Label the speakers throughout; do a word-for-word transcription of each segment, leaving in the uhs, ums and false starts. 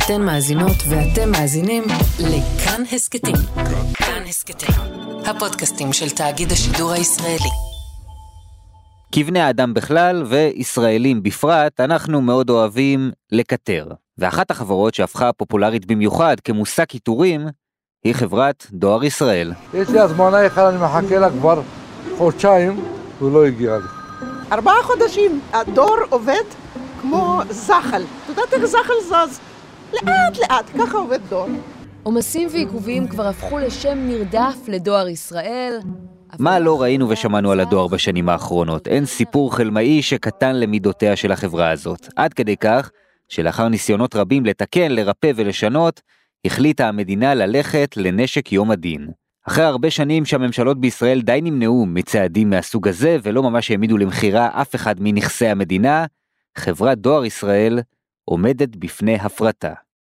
Speaker 1: אתן מאזינות ואתם מאזינים לכאן הסקטים. כאן הסקטים, הפודקאסטים של תאגיד השידור הישראלי.
Speaker 2: כבני האדם בכלל וישראלים בפרט, אנחנו מאוד אוהבים לקטר. ואחת החברות שהפכה פופולרית במיוחד כמושג קיטורים, היא חברת דואר ישראל.
Speaker 3: יש לי הזמנה אחד, אני מחכה לה כבר חודשיים, והוא לא הגיע לי.
Speaker 4: ארבעה חודשים, הדואר עובד כמו זחל. אתה יודעת איך זחל זז? לאט לאט, ככה עובד דואר.
Speaker 5: עומסים ועיכובים כבר הפכו לשם נרדף לדואר ישראל.
Speaker 2: מה לא ראינו ושמענו על הדואר בשנים האחרונות? אין סיפור חלמאי שקטן למידותיה של החברה הזאת. עד כדי כך שלאחר ניסיונות רבים לתקן, לרפא ולשנות, החליטה המדינה ללכת לנשק יום הדין. אחרי הרבה שנים שהממשלות בישראל די נמנעו מצעדים מהסוג הזה ולא ממש העמידו למחירה אף אחד מנכסי המדינה, חברת דואר ישראל עומדת בפני הפרטה.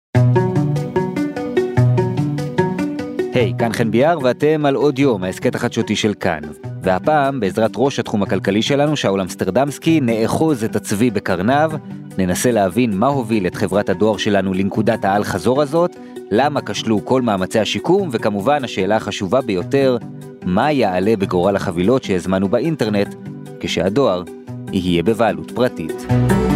Speaker 2: היי, כאן חן ביאר ואתם על עוד יום, ההסקט החדשותי של כאן. והפעם, בעזרת ראש התחום הכלכלי שלנו, שאול אמסטרדמסקי, נאחוז את הצבי בקרנב, ננסה להבין מה הוביל את חברת הדואר שלנו לנקודת העל חזור הזאת, למה כשלו כל מאמצי השיקום, וכמובן השאלה החשובה ביותר, מה יעלה בגורל החבילות שהזמנו באינטרנט, כשהדואר יהיה בבעלות פרטית.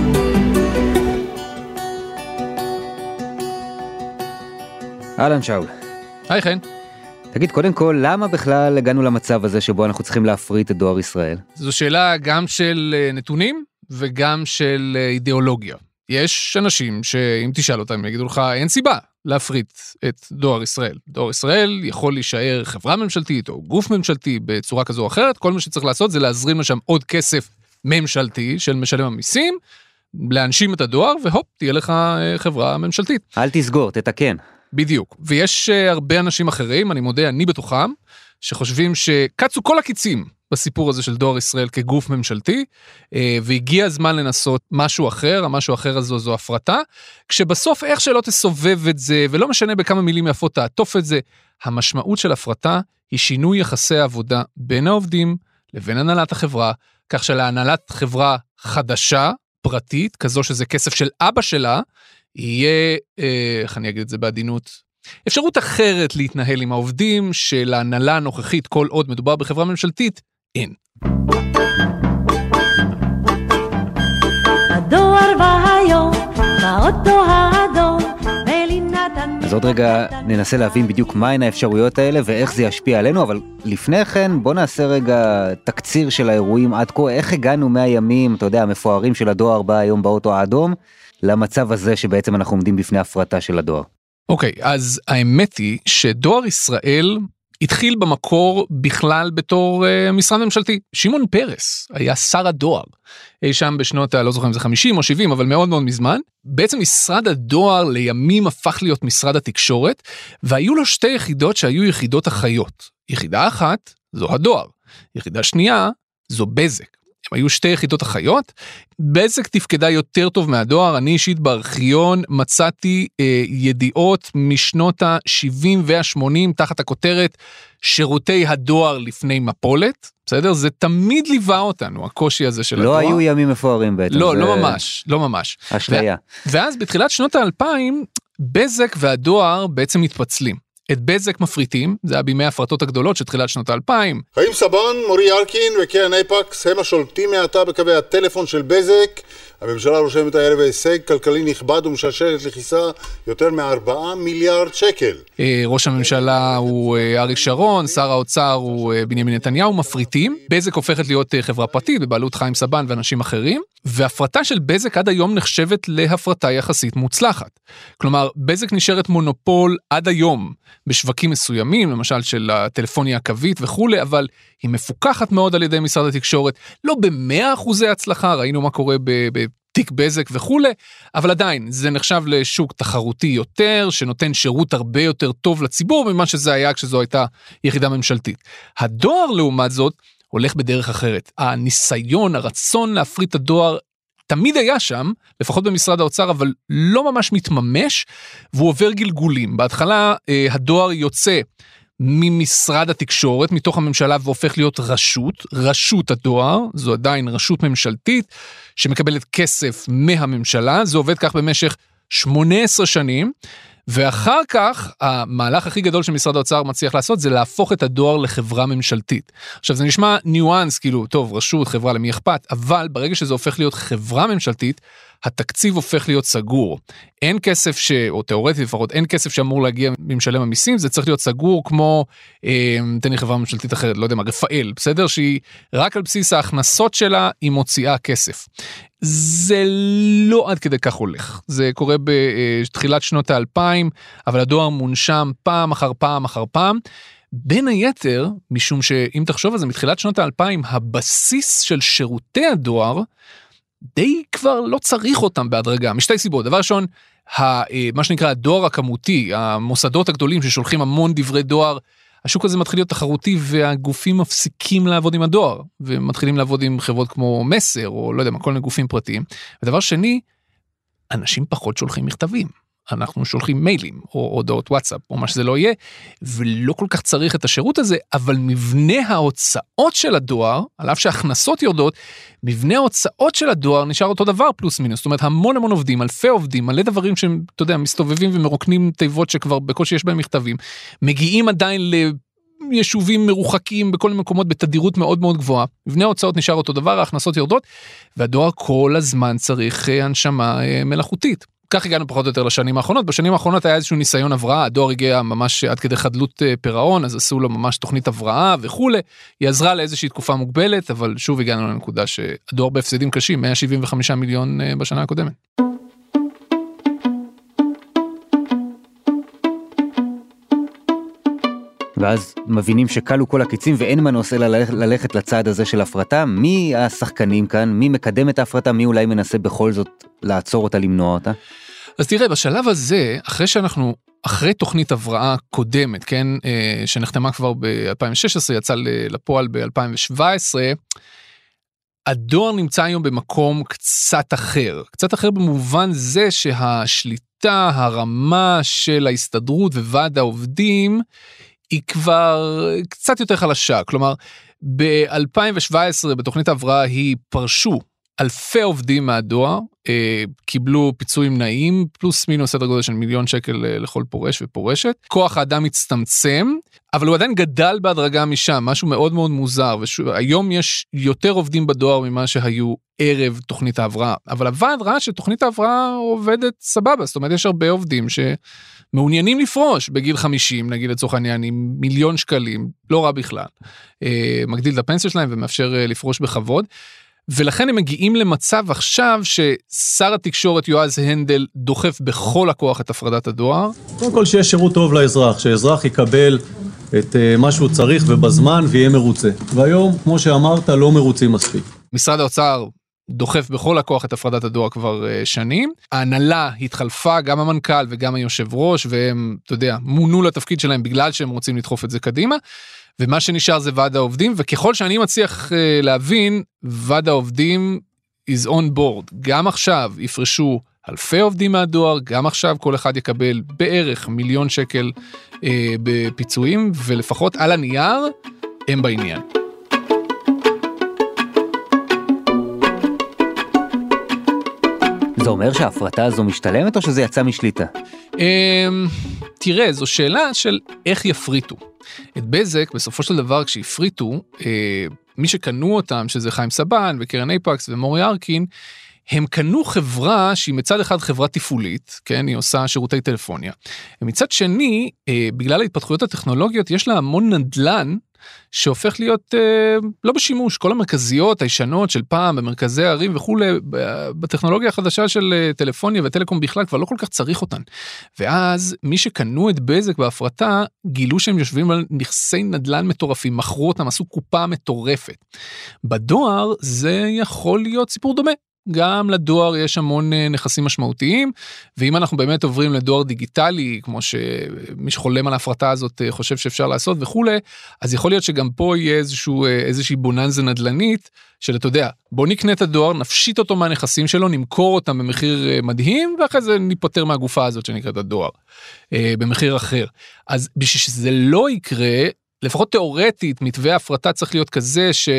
Speaker 2: אהלן שאול.
Speaker 6: היי חן.
Speaker 2: תגיד, קודם כל, למה בכלל הגענו למצב הזה שבו אנחנו צריכים להפריט את דואר ישראל?
Speaker 6: זו שאלה גם של נתונים וגם של אידיאולוגיה. יש אנשים שאם תשאל אותם יגידו לך, אין סיבה להפריט את דואר ישראל. דואר ישראל יכול להישאר חברה ממשלתית או גוף ממשלתי בצורה כזו או אחרת, כל מה שצריך לעשות זה להזרים לשם עוד כסף ממשלתי של משלם המיסים, להנשים את הדואר והופ, תהיה לך חברה ממשלתית.
Speaker 2: אל תסגור, תתקן.
Speaker 6: בדיוק, ויש הרבה אנשים אחרים, אני מודה, אני בתוכם, שחושבים שקצו כל הקיצים בסיפור הזה של דואר ישראל כגוף ממשלתי, והגיע הזמן לנסות משהו אחר, המשהו אחר הזו זו הפרטה, כשבסוף איך שלא תסובב את זה, ולא משנה בכמה מילים יפות תעטוף את זה, המשמעות של הפרטה היא שינוי יחסי העבודה בין העובדים לבין הנהלת החברה, כך שלהנהלת חברה חדשה, פרטית, כזו שזה כסף של אבא שלה, יהיה, איך אני אגיד את זה בעדינות, אפשרות אחרת להתנהל עם העובדים של ההנהלה הנוכחית כל עוד מדובר בחברה ממשלתית, אין.
Speaker 7: הדואר והיום, באוטו האדום,
Speaker 2: אז עוד רגע ננסה להבין בדיוק מהן האפשרויות האלה ואיך זה ישפיע עלינו, אבל לפני כן בוא נעשה רגע תקציר של האירועים עד כה, איך הגענו מהימים, אתה יודע, המפוארים של הדואר בא היום באוטו האדום, למצב הזה שבעצם אנחנו עומדים בפני הפרטה של הדואר.
Speaker 6: אוקיי, okay, אז האמת היא שדואר ישראל התחיל במקור בכלל בתור uh, משרד ממשלתי. שמעון פרס היה שר הדואר, אי שם בשנות, לא זוכר אם זה חמישים או שבעים, אבל מאוד מאוד מזמן. בעצם משרד הדואר לימים הפך להיות משרד התקשורת, והיו לו שתי יחידות שהיו יחידות אחיות. יחידה אחת זו הדואר, יחידה שנייה זו בזק. הם היו שתי יחידות אחיות, בזק תפקדה יותר טוב מהדואר, אני אישית בארכיון מצאתי אה, ידיעות משנות ה-שבעים וה-שמונים תחת הכותרת שירותי הדואר לפני מפולת, בסדר? זה תמיד ליווה אותנו, הקושי הזה של
Speaker 2: לא
Speaker 6: הדואר.
Speaker 2: לא היו ימים מפוארים בעצם.
Speaker 6: לא,
Speaker 2: זה...
Speaker 6: לא ממש, לא ממש.
Speaker 2: אשליה.
Speaker 6: ו- ואז בתחילת שנות האלפיים, בזק והדואר בעצם מתפצלים. את בזק מפריטים, זה היה בימי הפרטות הגדולות של תחילת שנות האלפיים.
Speaker 8: חיים סבן, מורי ירקין וקרן אייפקס הם השולטים מעתה בקווי הטלפון של בזק. הממשלה רושמת הערב הישג כלכלי נכבד ומשלשלת לכיסה יותר מארבעה מיליארד שקל.
Speaker 6: ראש הממשלה הוא אריק שרון, שר האוצר הוא בנימין נתניהו, מפריטים. בזק הופכת להיות חברה פרטית בבעלות חיים סבן ואנשים אחרים, והפרטה של בזק עד היום נחשבת להפרטה יחסית מוצלחת. כלומר, בזק נשארת מונופול עד היום בשווקים מסוימים, למשל של הטלפוניה הקווית וכו', אבל היא מפוקחת מאוד על ידי משרד התקשורת, לא במאה אחוזי הצלחה, ראינו מה קורה בתיק בזק וכו', אבל עדיין זה נחשב לשוק תחרותי יותר, שנותן שירות הרבה יותר טוב לציבור, ממה שזה היה כשזו הייתה יחידה ממשלתית. הדואר לעומת זאת, הולך בדרך אחרת. הניסיון, הרצון להפריט הדואר, תמיד היה שם, לפחות במשרד האוצר, אבל לא ממש מתממש, והוא עובר גלגולים. בהתחלה הדואר יוצא ממשרד התקשורת, מתוך הממשלה, והופך להיות רשות, רשות הדואר, זו עדיין רשות ממשלתית, שמקבלת כסף מהממשלה, זה עובד כך במשך שמונה עשרה שנים, ואחר כך, המהלך הכי גדול שמשרד האוצר מצליח לעשות, זה להפוך את הדואר לחברה ממשלתית. עכשיו, זה נשמע ניואנס, כאילו, טוב, רשות, חברה, למי אכפת, אבל ברגע שזה הופך להיות חברה ממשלתית, התקציב הופך להיות סגור. אין כסף ש... או תיאורטית לפחות, אין כסף שאמור להגיע ממשלם המיסים, זה צריך להיות סגור כמו, אה, תן לי חברה ממשלתית אחרת, לא יודע מה, רפאל, בסדר? שהיא רק על בסיס ההכנסות שלה, היא מוציאה כסף. זה לא עד כדי כך הולך. זה קורה בתחילת שנות האלפיים, אבל הדואר מונשם פעם אחר פעם אחר פעם, בין היתר, משום שאם תחשוב על זה, מתחילת שנות האלפיים, הבסיס של שירותי הדואר, די כבר לא צריך אותם בהדרגה, משתי סיבות. דבר ראשון, מה שנקרא הדואר הכמותי, המוסדות הגדולים ששולחים המון דברי דואר, השוק הזה מתחיל להיות תחרותי והגופים מפסיקים לעבוד עם הדואר, ומתחילים לעבוד עם חברות כמו מסר, או לא יודע מה, כל מיני גופים פרטיים. ודבר שני, אנשים פחות שולחים מכתבים. אנחנו שולחים מיילים, או הודעות וואטסאפ, או מה שזה לא יהיה, ולא כל כך צריך את השירות הזה, אבל מבנה ההוצאות של הדואר, על אף שההכנסות יורדות, מבנה ההוצאות של הדואר נשאר אותו דבר פלוס מינוס, זאת אומרת, המון המון עובדים, אלפי עובדים, מלא דברים שהם, אתה יודע, מסתובבים ומרוקנים תיבות שכבר בקושי יש בהם מכתבים, מגיעים עדיין ליישובים מרוחקים בכל מיני מקומות בתדירות מאוד מאוד גבוהה, מבנה ההוצאות נשאר אותו דבר, ההכנסות יורדות, והדואר כל הזמן צריך הנשמה מלאכותית. כך הגענו פחות או יותר לשנים האחרונות, בשנים האחרונות היה איזשהו ניסיון הבראה, הדואר הגיע ממש עד כדי חדלות פירעון, אז עשו לו ממש תוכנית הבראה וכו', היא עזרה לאיזושהי תקופה מוגבלת, אבל שוב הגענו לנקודה שהדואר בהפסדים קשים, מאה שבעים וחמישה מיליון בשנה הקודמת.
Speaker 2: ואז מבינים שקלו כל הקיצים ואין מנוס אלא ללכת לצעד הזה של הפרטה. מי השחקנים כאן? מי מקדם את ההפרטה? מי אולי מנסה בכל זאת לעצור אותה, למנוע אותה?
Speaker 6: אז תראה, בשלב הזה, אחרי שאנחנו, אחרי תוכנית הבראה קודמת, כן, שנחתמה כבר ב-אלפיים ושש עשרה, יצא לפועל ב-אלפיים שבע עשרה, הדואר נמצא היום במקום קצת אחר. קצת אחר במובן זה שהשליטה, הרמה של ההסתדרות וועד העובדים, היא כבר קצת יותר חלשה, כלומר, ב-אלפיים שבע עשרה בתוכנית ההבראה היא פרשו אלפי עובדים מהדואר, אה, קיבלו פיצויים נעים, פלוס מינוס סדר גודל של מיליון שקל לכל פורש ופורשת, כוח האדם הצטמצם, אבל הוא עדיין גדל בהדרגה משם, משהו מאוד מאוד מוזר, והיום יש יותר עובדים בדואר ממה שהיו ערב תוכנית ההבראה, אבל הוועד ראה שתוכנית ההבראה עובדת סבבה, זאת אומרת יש הרבה עובדים ש... מעוניינים לפרוש בגיל חמישים, נגיד לצורך העניין, עם מיליון שקלים, לא רע בכלל, מגדיל את הפנסיה שלהם ומאפשר לפרוש בכבוד, ולכן הם מגיעים למצב עכשיו ששר התקשורת יועז הנדל דוחף בכל הכוח את הפרדת הדואר.
Speaker 9: קודם כל שיש שירות טוב לאזרח, שהאזרח יקבל את מה שהוא צריך ובזמן ויהיה מרוצה. והיום, כמו שאמרת, לא מרוצים מספיק.
Speaker 6: משרד האוצר דוחף בכל הכוח את הפרדת הדואר כבר uh, שנים. ההנהלה התחלפה, גם המנכ"ל וגם היושב ראש, והם, אתה יודע, מונו לתפקיד שלהם בגלל שהם רוצים לדחוף את זה קדימה, ומה שנשאר זה ועד העובדים, וככל שאני מצליח uh, להבין, ועד העובדים is on board. גם עכשיו יפרשו אלפי עובדים מהדואר, גם עכשיו כל אחד יקבל בערך מיליון שקל uh, בפיצויים, ולפחות על הנייר הם בעניין.
Speaker 2: זה אומר שההפרטה הזו משתלמת או שזה יצא משליטה?
Speaker 6: תראה, זו שאלה של איך יפריטו. את בזק, בסופו של דבר, כשיפריטו, מי שקנו אותם, שזה חיים סבן וקרן אייפקס ומורי ארקין, הם קנו חברה שהיא מצד אחד חברה תפעולית, כן, היא עושה שירותי טלפוניה. ומצד שני, בגלל ההתפתחויות הטכנולוגיות, יש לה המון נדלן, שהופך להיות אה, לא בשימוש, כל המרכזיות הישנות של פעם במרכזי הערים וכו', בטכנולוגיה החדשה של אה, טלפוניה וטלקום בכלל כבר לא כל כך צריך אותן. ואז מי שקנו את בזק בהפרטה, גילו שהם יושבים על נכסי נדלן מטורפים, מכרו אותם, עשו קופה מטורפת. בדואר זה יכול להיות סיפור דומה. גם לדואר יש המון נכסים משמעותיים, ואם אנחנו באמת עוברים לדואר דיגיטלי, כמו שמי שחולם על ההפרטה הזאת חושב שאפשר לעשות וכו', אז יכול להיות שגם פה יהיה איזשהו, איזושהי בוננזה נדלנית, של אתה יודע, בוא נקנה את הדואר, נפשיט אותו מהנכסים שלו, נמכור אותם במחיר מדהים, ואחרי זה ניפטר מהגופה הזאת שנקראת הדואר, במחיר אחר. אז בשביל שזה לא יקרה, לפחות תיאורטית, מתווה ההפרטה צריך להיות כזה ש...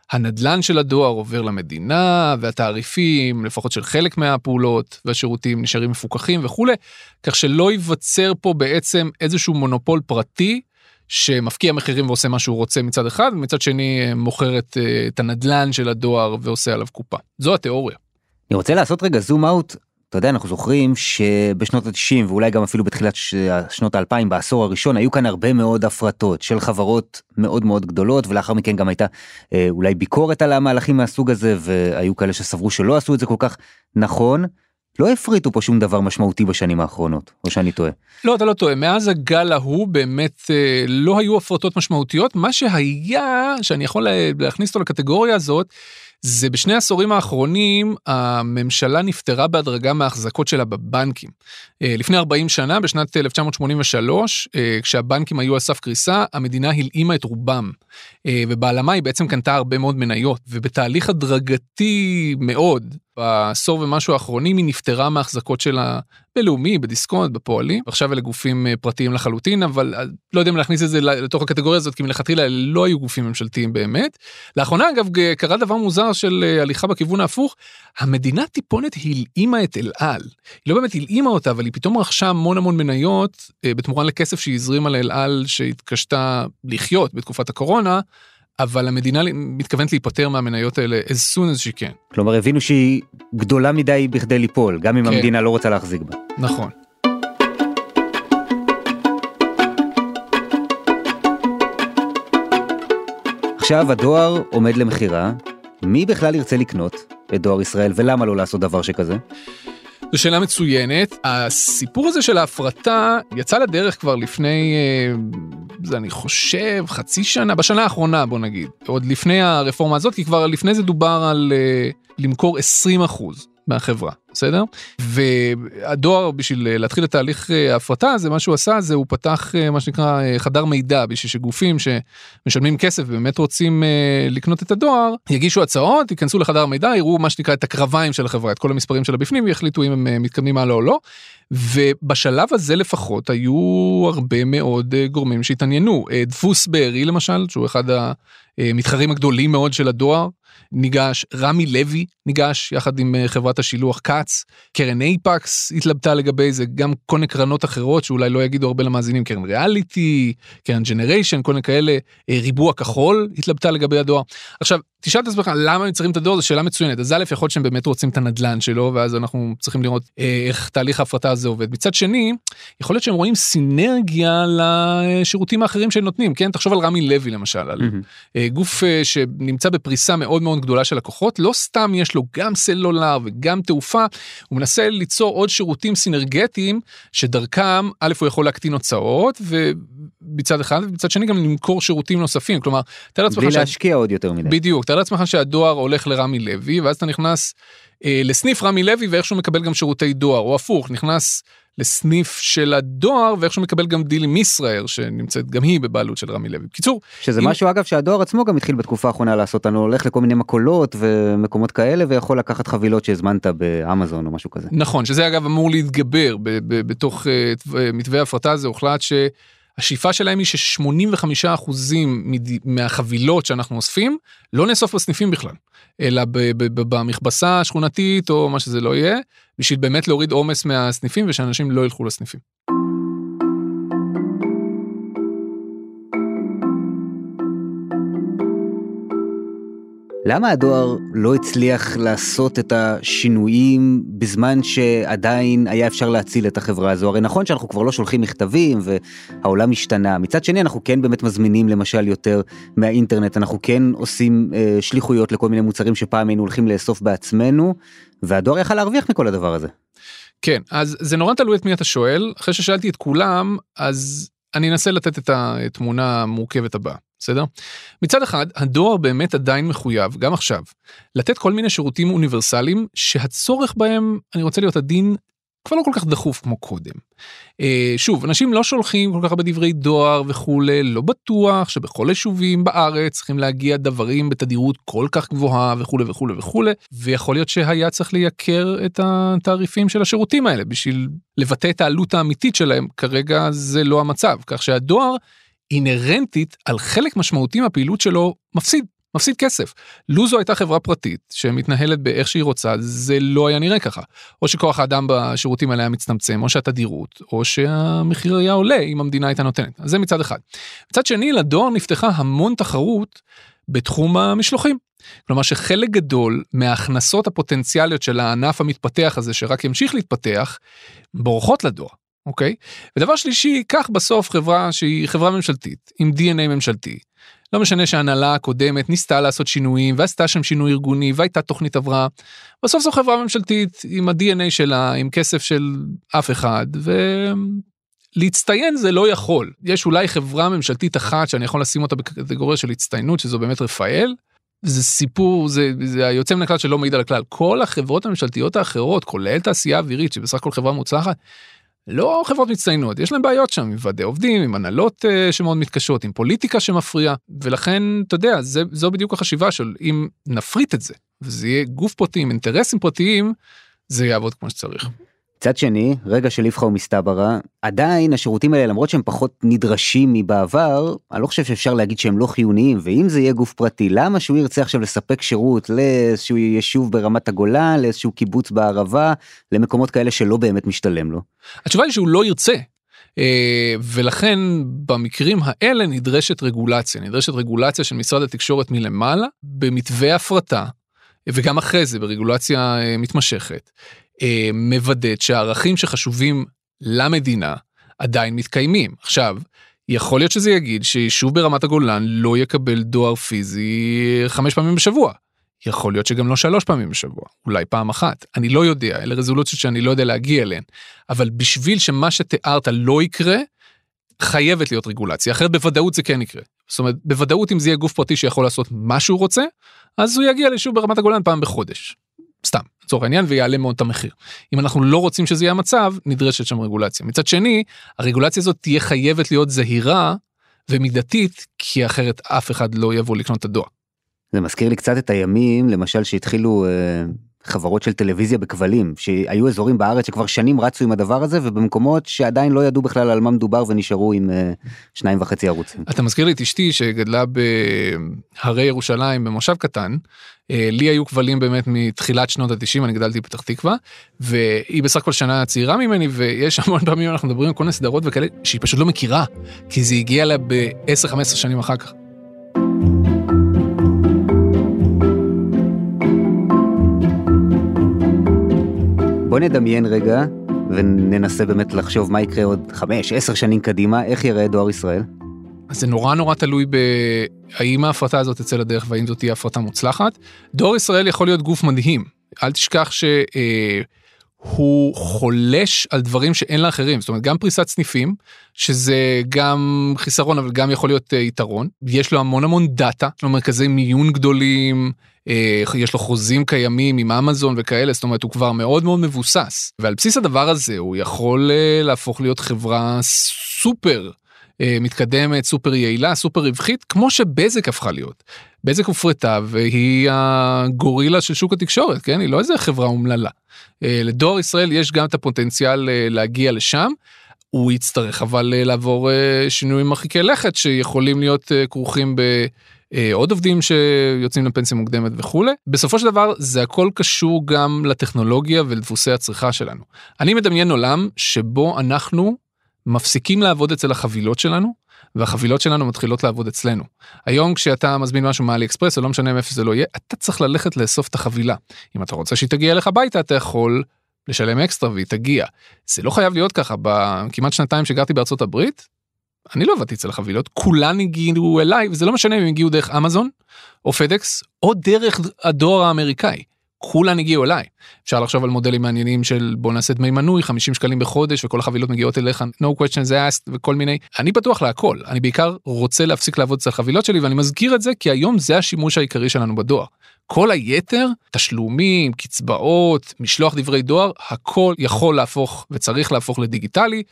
Speaker 6: הנדלן של הדואר עובר למדינה, והתעריפים, לפחות של חלק מהפעולות והשירותים, נשארים מפוקחים וכו', כך שלא ייווצר פה בעצם איזשהו מונופול פרטי, שמפקיע מחירים ועושה מה שהוא רוצה מצד אחד, ומצד שני מוכר את, את הנדלן של הדואר ועושה עליו קופה. זו התיאוריה.
Speaker 2: אני רוצה לעשות רגע זום אאוט. אתה יודע, אנחנו זוכרים שבשנות ה-תשעים, ואולי גם אפילו בתחילת שנות ה-אלפיים, בעשור הראשון, היו כאן הרבה מאוד הפרטות של חברות מאוד מאוד גדולות, ולאחר מכן גם הייתה אה, אולי ביקורת על המהלכים מהסוג הזה, והיו כאלה שסברו שלא עשו את זה כל כך נכון. לא הפריטו פה שום דבר משמעותי בשנים האחרונות, או שאני טועה.
Speaker 6: לא, אתה לא טועה. מאז הגל ההוא באמת אה, לא היו הפרטות משמעותיות. מה שהיה, שאני יכול להכניס אותו לקטגוריה הזאת, זה בשני העשורים האחרונים, הממשלה נפטרה בהדרגה מההחזקות שלה בבנקים. לפני ארבעים שנה, בשנת אלף תשע מאות שמונים ושלוש, כשהבנקים היו על סף קריסה, המדינה הלאימה את רובם. ובעלמה היא בעצם קנתה הרבה מאוד מניות, ובתהליך הדרגתי מאוד, בעשור ומשהו האחרונים, היא נפטרה מההחזקות שלה בלאומי, בדיסקונט, בפועלים. עכשיו אלה גופים פרטיים לחלוטין, אבל לא יודעים להכניס את זה לתוך הקטגוריה הזאת, כי מלכתחילה לא היו גופים ממשלתיים באמת. לאחרונה, אגב, קרה דבר מוזר של הליכה בכיוון ההפוך. המדינה טיפונת הלאימה את אל על. היא לא באמת הלאימה אותה, אבל היא פתאום רכשה המון המון מניות, בתמורה לכסף שהיא הזרימה לאל על, שהתקשתה לחיות בתקופת הקורונה, אבל המדינה מתכוונת להיפטר מהמניות האלה as soon as she can.
Speaker 2: כלומר, הבינו שהיא גדולה מדי בכדי ליפול, גם אם כן. המדינה לא רוצה להחזיק בה.
Speaker 6: נכון.
Speaker 2: עכשיו הדואר עומד למחירה, מי בכלל ירצה לקנות את דואר ישראל, ולמה לא לעשות דבר שכזה?
Speaker 6: זו שאלה מצוינת. הסיפור הזה של ההפרטה יצא לדרך כבר לפני, זה אני חושב, חצי שנה, בשנה האחרונה בוא נגיד, עוד לפני הרפורמה הזאת, כי כבר לפני זה דובר על למכור עשרים אחוז מהחברה, בסדר? והדואר, בשביל להתחיל את תהליך ההפרטה, זה מה שהוא עשה, זה הוא פתח מה שנקרא חדר מידע, בשביל שגופים שמשלמים כסף ובאמת רוצים לקנות את הדואר, יגישו הצעות, ייכנסו לחדר מידע, יראו מה שנקרא את הקרביים של החברה, את כל המספרים שלה בפנים, ויחליטו אם הם מתקדמים הלאה או לא, ובשלב הזה לפחות היו הרבה מאוד גורמים שהתעניינו. דפוס בארי למשל, שהוא אחד המתחרים הגדולים מאוד של הדואר, ניגש, רמי לוי ניגש יחד עם חברת השילוח קאץ, קרן אייפקס התלבטה לגבי זה, גם כל מיני קרנות אחרות שאולי לא יגידו הרבה למאזינים, קרן ריאליטי, קרן ג'נריישן, כל מיני כאלה, ריבוע כחול התלבטה לגבי הדואר. עכשיו, תשאל את עצמך, למה מצרים את הדואר? זו שאלה מצוינת. אז א', יכול להיות שהם באמת רוצים את הנדלן שלו, ואז אנחנו צריכים לראות איך תהליך ההפרטה הזה עובד. מצד שני, יכול להיות שהם רואים סינרגיה לשירותים האחרים שהם נותנים, כן? תחשוב על רמי לוי למשל, על גוף שנמצא בפריסה מאוד מאוד גדולה של לקוחות, לא סתם יש לו גם סלולר וגם תעופה, הוא מנסה ליצור עוד שירותים סינרגטיים, שדרכם, א', הוא יכול להקטין הוצאות, ובצד אחד, ובצד שני גם למכור שירותים נוספים, כלומר,
Speaker 2: בלי להשקיע עוד יותר מדי.
Speaker 6: בדיוק, תאר לעצמך שהדואר הולך לרמי לוי, ואז אתה נכנס אה, לסניף רמי לוי, ואיכשהו מקבל גם שירותי דואר, או הפוך, נכנס לסניף של הדואר, ואיכשהו מקבל גם דיל עם ישראל, שנמצאת גם היא בבעלות של רמי לוי. בקיצור.
Speaker 2: שזה
Speaker 6: אם...
Speaker 2: משהו אגב שהדואר עצמו גם התחיל בתקופה האחרונה לעשות, אני הולך לכל מיני מקולות ומקומות כאלה, ויכול לקחת חבילות שהזמנת באמזון או משהו כזה.
Speaker 6: נכון, שזה אגב אמור להתגבר, ב- ב- בתוך uh, מתווה הפרטה הזה, הוחלט ש... השאיפה שלהם היא ש-שמונים וחמישה אחוזים מהחבילות שאנחנו אוספים, לא נאסוף בסניפים בכלל, אלא במכבסה השכונתית או מה שזה לא יהיה, בשביל באמת להוריד עומס מהסניפים ושאנשים לא ילכו לסניפים.
Speaker 2: למה הדואר לא הצליח לעשות את השינויים בזמן שעדיין היה אפשר להציל את החברה הזו? הרי נכון שאנחנו כבר לא שולחים מכתבים והעולם השתנה. מצד שני אנחנו כן באמת מזמינים למשל יותר מהאינטרנט, אנחנו כן עושים אה, שליחויות לכל מיני מוצרים שפעם היינו הולכים לאסוף בעצמנו, והדואר יכל להרוויח מכל הדבר הזה.
Speaker 6: כן, אז זה נורא תלוי את מי אתה שואל. אחרי ששאלתי את כולם, אז אני אנסה לתת את התמונה המורכבת הבאה. בסדר? מצד אחד, הדואר באמת עדיין מחויב, גם עכשיו, לתת כל מיני שירותים אוניברסליים, שהצורך בהם, אני רוצה להיות עדין, כבר לא כל כך דחוף כמו קודם. שוב, אנשים לא שולחים כל כך הרבה דברי דואר וכו', לא בטוח שבכל יישובים בארץ צריכים להגיע דברים בתדירות כל כך גבוהה וכו' וכו' וכו', ויכול להיות שהיה צריך לייקר את התעריפים של השירותים האלה, בשביל לבטא את העלות האמיתית שלהם. כרגע זה לא המצב, כך שהדואר אינרנטית על חלק משמעותי מהפעילות שלו מפסיד, מפסיד כסף. לו זו הייתה חברה פרטית שמתנהלת באיך שהיא רוצה, זה לא היה נראה ככה. או שכוח האדם בשירותים האלה היה מצטמצם, או שהתדירות, או שהמחיר היה עולה אם המדינה הייתה נותנת. אז זה מצד אחד. מצד שני, לדואר נפתחה המון תחרות בתחום המשלוחים. כלומר שחלק גדול מההכנסות הפוטנציאליות של הענף המתפתח הזה, שרק ימשיך להתפתח, בורחות לדואר. אוקיי? ודבר שלישי, כך בסוף חברה שהיא חברה ממשלתית, עם די אן איי ממשלתי. לא משנה שההנהלה הקודמת ניסתה לעשות שינויים, ועשתה שם שינוי ארגוני, והייתה תוכנית עברה. בסוף זו חברה ממשלתית, עם ה-די אן איי שלה, עם כסף של אף אחד, ולהצטיין זה לא יכול. יש אולי חברה ממשלתית אחת, שאני יכול לשים אותה בקטגוריה של הצטיינות, שזו באמת רפאל. זה סיפור, זה, זה היוצא מן הכלל שלא מעיד על הכלל. כל החברות הממשלתיות האחרות, כולל תעשייה אווירית, שבסך הכל חברה מוצלחת, לא חברות מצטיינות, יש להם בעיות שם, עם ועדי עובדים, עם הנהלות uh, שמאוד מתקשות, עם פוליטיקה שמפריעה, ולכן, אתה יודע, זה, זו בדיוק החשיבה של אם נפריט את זה, וזה יהיה גוף פרטי עם אינטרסים פרטיים, זה יעבוד כמו שצריך.
Speaker 2: צד שני, רגע של איפכא ומסתברא, עדיין השירותים האלה, למרות שהם פחות נדרשים מבעבר, אני לא חושב שאפשר להגיד שהם לא חיוניים, ואם זה יהיה גוף פרטי, למה שהוא ירצה עכשיו לספק שירות לאיזשהו יישוב ברמת הגולן, לאיזשהו קיבוץ בערבה, למקומות כאלה שלא באמת משתלם לו?
Speaker 6: התשובה היא שהוא לא ירצה, ולכן במקרים האלה נדרשת רגולציה, נדרשת רגולציה של משרד התקשורת מלמעלה, במתווה הפרטה, וגם אחרי זה ברגולציה מתמשכת, מבדאת שהערכים שחשובים למדינה עדיין מתקיימים. עכשיו, יכול להיות שזה יגיד שיישוב ברמת הגולן לא יקבל דואר פיזי חמש פעמים בשבוע. יכול להיות שגם לא שלוש פעמים בשבוע, אולי פעם אחת. אני לא יודע, אלה רזולוציות שאני לא יודע להגיע אליהן. אבל בשביל שמה שתיארת לא יקרה, חייבת להיות רגולציה. אחרת בוודאות זה כן יקרה. זאת אומרת, בוודאות אם זה יהיה גוף פרטי שיכול לעשות מה שהוא רוצה, אז הוא יגיע ליישוב ברמת הגולן פעם בחודש. סתם, לצורך העניין, ויעלה מאוד את המחיר. אם אנחנו לא רוצים שזה יהיה המצב, נדרשת שם רגולציה. מצד שני, הרגולציה הזאת תהיה חייבת להיות זהירה ומידתית, כי אחרת אף אחד לא יבוא לקנות את הדואר.
Speaker 2: זה מזכיר לי קצת את הימים, למשל שהתחילו אה, חברות של טלוויזיה בכבלים, שהיו אזורים בארץ שכבר שנים רצו עם הדבר הזה, ובמקומות שעדיין לא ידעו בכלל על מה מדובר, ונשארו עם אה, שניים וחצי ערוצים.
Speaker 6: אתה מזכיר לי את אשתי שגדלה בהרי ירושלים במושב קטן, לי היו כבלים באמת מתחילת שנות ה-תשעים, אני גדלתי בפתח תקווה, והיא בסך הכל שנה צעירה ממני, ויש המון פעמים אנחנו מדברים על כל מיני סדרות וכאלה, שהיא פשוט לא מכירה, כי זה הגיע לה ב-עשר חמש עשרה שנים אחר כך.
Speaker 2: בוא נדמיין רגע, וננסה באמת לחשוב מה יקרה עוד חמש, עשר שנים קדימה, איך יראה דואר ישראל?
Speaker 6: אז זה נורא נורא תלוי בהאם ההפרטה הזאת תצא לדרך, והאם זאת תהיה הפרטה מוצלחת. דואר ישראל יכול להיות גוף מדהים. אל תשכח שהוא חולש על דברים שאין לאחרים. זאת אומרת, גם פריסת סניפים, שזה גם חיסרון, אבל גם יכול להיות יתרון. יש לו המון המון דאטה, יש לו מרכזי מיון גדולים, יש לו חוזים קיימים עם אמזון וכאלה, זאת אומרת, הוא כבר מאוד מאוד מבוסס. ועל בסיס הדבר הזה, הוא יכול להפוך להיות חברה סופר מתקדמת, סופר יעילה, סופר רווחית, כמו שבזק הפכה להיות. בזק הופרטה, והיא הגורילה של שוק התקשורת, כן? היא לא איזה חברה אומללה. לדואר ישראל יש גם את הפוטנציאל להגיע לשם, הוא יצטרך אבל לעבור שינויים מרחיקי לכת, שיכולים להיות כרוכים בעוד עובדים שיוצאים לפנסיה מוקדמת וכו'. בסופו של דבר, זה הכל קשור גם לטכנולוגיה ולדפוסי הצריכה שלנו. אני מדמיין עולם שבו אנחנו מפסיקים לעבוד אצל החבילות שלנו, והחבילות שלנו מתחילות לעבוד אצלנו. היום כשאתה מזמין משהו מאלי אקספרס, או לא משנה מאיפה זה לא יהיה, אתה צריך ללכת לאסוף את החבילה. אם אתה רוצה שהיא תגיע לך הביתה, אתה יכול לשלם אקסטרה והיא תגיע. זה לא חייב להיות ככה. בכמעט שנתיים שגרתי בארצות הברית, אני לא עבדתי אצל החבילות, כולן הגיעו אליי, וזה לא משנה אם הם הגיעו דרך אמזון, או פדקס, או דרך הדואר האמריקאי. כולן הגיעו אליי. אפשר לחשוב על מודלים מעניינים של בוא נעשה דמי מנוי, חמישים שקלים בחודש, וכל החבילות מגיעות אליך, no questions asked, וכל מיני. אני פתוח להכל. אני בעיקר רוצה להפסיק לעבוד אצל החבילות שלי, ואני מזכיר את זה, כי היום זה השימוש העיקרי שלנו בדואר. כל היתר, תשלומים, קצבאות, משלוח דברי דואר, הכל יכול להפוך וצריך להפוך לדיגיטלי,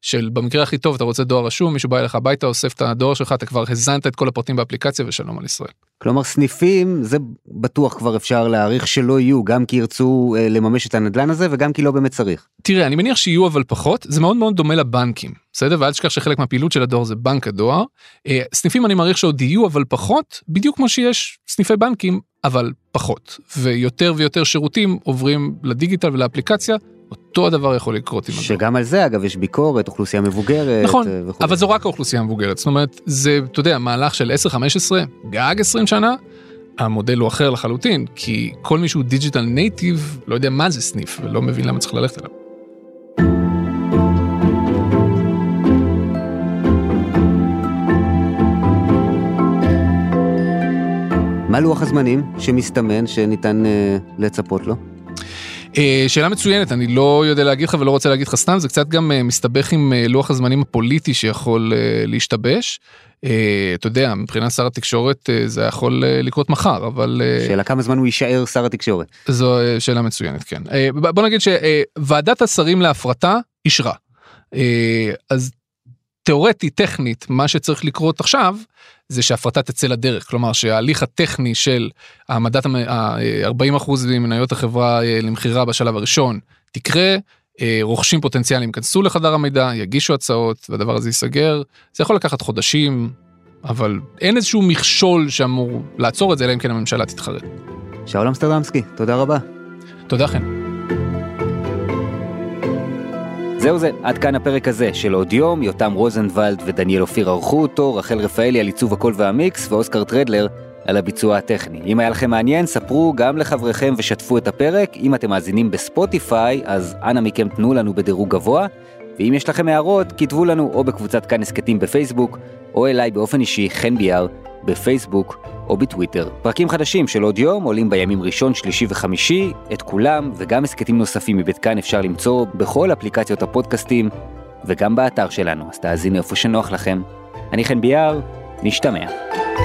Speaker 6: של במקרה הכי טוב, אתה רוצה דואר רשום, מישהו בא אליך הביתה, אוסף את הדואר שלך, אתה כבר הזנת את כל הפרטים באפליקציה ושלום על ישראל.
Speaker 2: כלומר, סניפים, זה בטוח כבר אפשר להעריך שלא יהיו, גם כי ירצו אה, לממש את הנדלן הזה, וגם כי לא באמת צריך.
Speaker 6: תראה, אני מניח שיהיו אבל פחות, זה מאוד מאוד דומה לבנקים, בסדר? ואל תשכח שחלק מהפעילות של הדואר זה בנק הדואר. אה, סניפים אני מעריך שעוד יהיו אבל פחות, בדיוק כמו שיש סניפי בנקים, אבל פחות. ויותר ויותר שירותים עוברים לדיגיטל ולאפליקציה, אותו הדבר יכול לקרות עם הדואר.
Speaker 2: שגם על זה, אגב, יש ביקורת, אוכלוסייה מבוגרת.
Speaker 6: נכון,
Speaker 2: וכו'.
Speaker 6: אבל זו רק האוכלוסייה המבוגרת. זאת אומרת, זה, אתה יודע, מהלך של עשר חמש עשרה, גג עשרים שנה, המודל הוא אחר לחלוטין, כי כל מישהו דיג'יטל נייטיב לא יודע מה זה סניף, ולא מבין למה צריך ללכת אליו.
Speaker 2: מה לוח הזמנים שמסתמן שניתן uh, לצפות לו?
Speaker 6: שאלה מצוינת, אני לא יודע להגיד לך ולא רוצה להגיד לך סתם, זה קצת גם מסתבך עם לוח הזמנים הפוליטי שיכול להשתבש. אתה יודע, מבחינת שר התקשורת זה יכול לקרות מחר, אבל...
Speaker 2: שאלה כמה זמן הוא יישאר שר התקשורת?
Speaker 6: זו שאלה מצוינת, כן. בוא נגיד שוועדת השרים להפרטה אישרה. אז תיאורטית, טכנית, מה שצריך לקרות עכשיו, זה שההפרטה תצא לדרך, כלומר שההליך הטכני של העמדת ה-ארבעים אחוז ממניות החברה למחירה בשלב הראשון תקרה, רוכשים פוטנציאליים כנסו לחדר המידע, יגישו הצעות, והדבר הזה ייסגר, זה יכול לקחת חודשים, אבל אין איזשהו מכשול שאמור לעצור את זה, אלא אם כן הממשלה תתחרט.
Speaker 2: שאול אמסטרדמסקי, תודה רבה.
Speaker 6: תודה לכם.
Speaker 2: זהו זה, עד כאן הפרק הזה של עוד יום, יותם רוזנבלד ודניאל אופיר ערכו אותו, רחל רפאלי על עיצוב הקול והמיקס, ואוסקר טרדלר על הביצוע הטכני. אם היה לכם מעניין, ספרו גם לחבריכם ושתפו את הפרק. אם אתם מאזינים בספוטיפיי, אז אנא מכם תנו לנו בדירוג גבוה, ואם יש לכם הערות, כתבו לנו או בקבוצת כאן הסקטים בפייסבוק, או אליי באופן אישי, חן ביאר, בפייסבוק או בטוויטר. פרקים חדשים של עוד יום עולים בימים ראשון, שלישי וחמישי, את כולם וגם הסקטים נוספים מבית כאן אפשר למצוא בכל אפליקציות הפודקאסטים וגם באתר שלנו, אז תאזינו איפה שנוח לכם. אני חן ביאר, נשתמע.